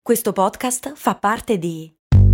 Questo podcast fa parte di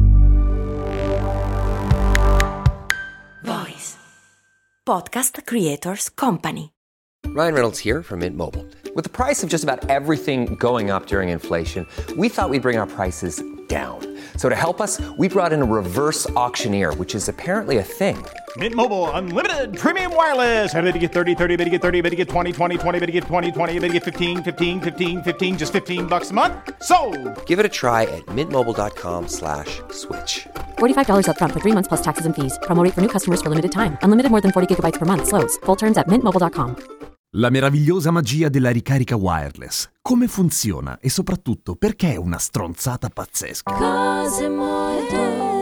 Voice Podcast Creators Company. Ryan Reynolds here from Mint Mobile. With the price of just about everything going up during inflation, we thought we'd bring our prices down. So to help us, we brought in a reverse auctioneer, which is apparently a thing. Mint Mobile Unlimited Premium Wireless. How to get 30, 30, how to get 30, how to get 20, 20, 20, how to get 20, 20, how to get 15, 15, 15, 15, just $15 a month? Sold! Give it a try at mintmobile.com/switch. $45 up front for 3 months plus taxes and fees. Promo rate for new customers for limited time. Unlimited more than 40 gigabytes per month. Slows full terms at mintmobile.com. La meravigliosa magia della ricarica wireless. Come funziona e soprattutto perché è una stronzata pazzesca? Cose molto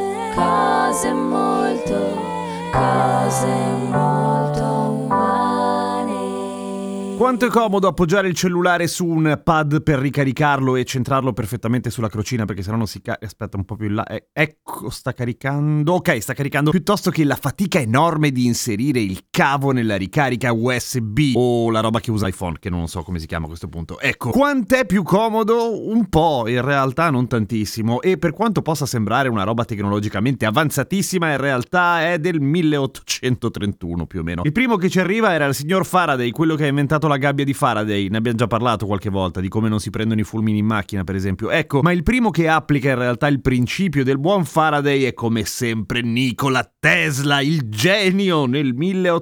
umane. Quanto è comodo appoggiare il cellulare su un pad per ricaricarlo e centrarlo perfettamente sulla crocina, perché sennò non si aspetta un po' più in là. Ecco, sta caricando. Ok, sta caricando. Piuttosto che la fatica enorme di inserire il cavo nella ricarica USB o la roba che usa iPhone, che non so come si chiama a questo punto. Ecco, quant'è più comodo? Un po', in realtà non tantissimo. E per quanto possa sembrare una roba tecnologicamente avanzatissima, in realtà è del 1831 più o meno. Il primo che ci arriva era il signor Faraday, quello che ha inventato la gabbia di Faraday. Ne abbiamo già parlato qualche volta di come non si prendono i fulmini in macchina, per esempio. Ecco, ma il primo che applica in realtà il principio del buon Faraday è come sempre Nikola Tesla, il genio, nel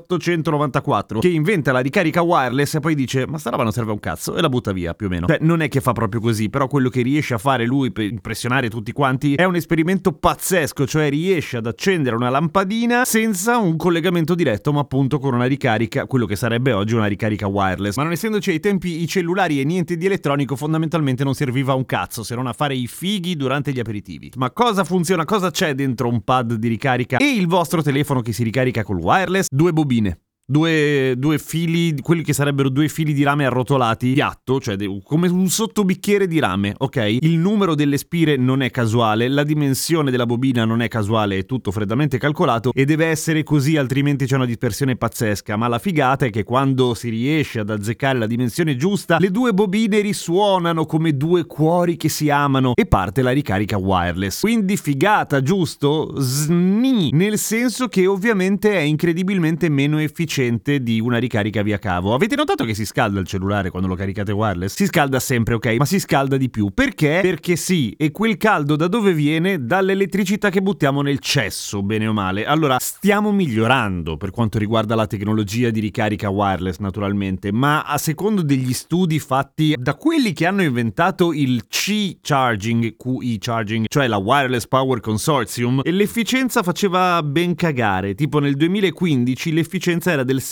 1894, che inventa la ricarica wireless e poi dice: ma sta roba non serve a un cazzo, e la butta via, più o meno. Cioè, non è che fa proprio così, però quello che riesce a fare lui per impressionare tutti quanti è un esperimento pazzesco, cioè riesce ad accendere una lampadina senza un collegamento diretto, ma appunto con una ricarica, quello che sarebbe oggi una ricarica wireless. Ma non essendoci ai tempi i cellulari e niente di elettronico, fondamentalmente non serviva a un cazzo, se non a fare i fighi durante gli aperitivi. Ma cosa funziona? Cosa c'è dentro un pad di ricarica e il vostro telefono che si ricarica col wireless? Due bobine. Due fili, quelli che sarebbero due fili di rame arrotolati, piatto, cioè come un sottobicchiere di rame, ok? Il numero delle spire non è casuale, la dimensione della bobina non è casuale, è tutto freddamente calcolato e deve essere così, altrimenti c'è una dispersione pazzesca. Ma la figata è che quando si riesce ad azzeccare la dimensione giusta, le due bobine risuonano come due cuori che si amano e parte la ricarica wireless. Quindi figata, giusto? Sni! Nel senso che ovviamente è incredibilmente meno efficiente di una ricarica via cavo. Avete notato che si scalda il cellulare quando lo caricate wireless? Si scalda sempre, ok, ma si scalda di più. Perché? Perché sì, e quel caldo da dove viene? Dall'elettricità che buttiamo nel cesso, bene o male. Allora, stiamo migliorando per quanto riguarda la tecnologia di ricarica wireless, naturalmente, ma a secondo degli studi fatti da quelli che hanno inventato il QI Charging, cioè la Wireless Power Consortium, e l'efficienza faceva ben cagare. Tipo nel 2015 l'efficienza era del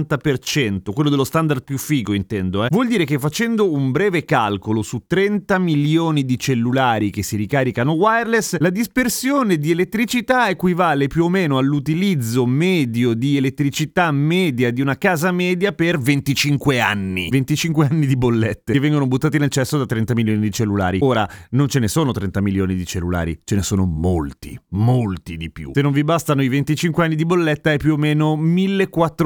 60%, quello dello standard più figo intendo, Vuol dire che facendo un breve calcolo su 30 milioni di cellulari che si ricaricano wireless, la dispersione di elettricità equivale più o meno all'utilizzo medio di elettricità media di una casa media per 25 anni. 25 anni di bollette che vengono buttati nel cesso da 30 milioni di cellulari. Ora, non ce ne sono 30 milioni di cellulari, ce ne sono molti di più. Se non vi bastano i 25 anni di bolletta è più o meno 1400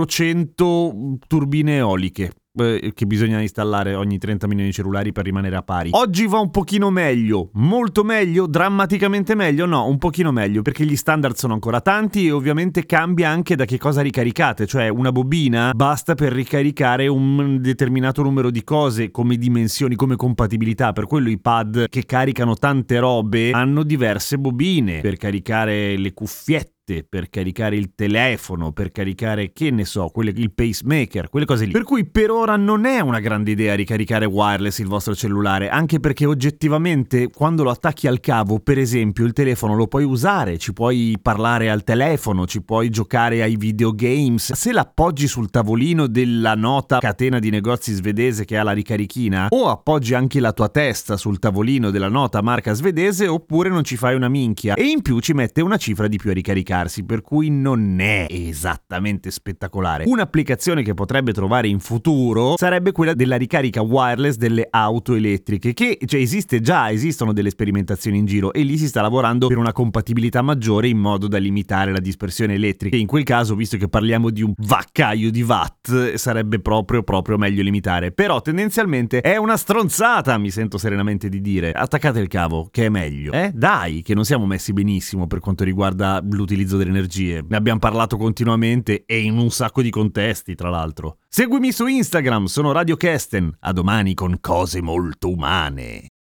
turbine eoliche che bisogna installare ogni 30 milioni di cellulari per rimanere a pari. Oggi va un pochino meglio, molto meglio, drammaticamente meglio? No, un pochino meglio, perché gli standard sono ancora tanti e ovviamente cambia anche da che cosa ricaricate, cioè una bobina basta per ricaricare un determinato numero di cose, come dimensioni, come compatibilità. Per quello i pad che caricano tante robe hanno diverse bobine per caricare le cuffiette, per caricare il telefono, per caricare, che ne so, il pacemaker, quelle cose lì. Per cui per ora non è una grande idea ricaricare wireless il vostro cellulare, anche perché oggettivamente quando lo attacchi al cavo, per esempio, il telefono lo puoi usare, ci puoi parlare al telefono, ci puoi giocare ai videogames. Se l'appoggi sul tavolino della nota catena di negozi svedese che ha la ricarichina, o appoggi anche la tua testa sul tavolino della nota marca svedese, oppure non ci fai una minchia, e in più ci mette una cifra di più a ricaricare. caricarsi, per cui non è esattamente spettacolare. Un'applicazione che potrebbe trovare in futuro sarebbe quella della ricarica wireless delle auto elettriche, che esistono delle sperimentazioni in giro e lì si sta lavorando per una compatibilità maggiore in modo da limitare la dispersione elettrica. E in quel caso, visto che parliamo di un vaccaio di watt, sarebbe proprio meglio limitare. Però tendenzialmente è una stronzata, mi sento serenamente di dire. Attaccate il cavo, che è meglio. Dai, che non siamo messi benissimo per quanto riguarda l'utilizzo delle energie. Ne abbiamo parlato continuamente e in un sacco di contesti, tra l'altro. Seguimi su Instagram, sono Radio Kesten. A domani con cose molto umane.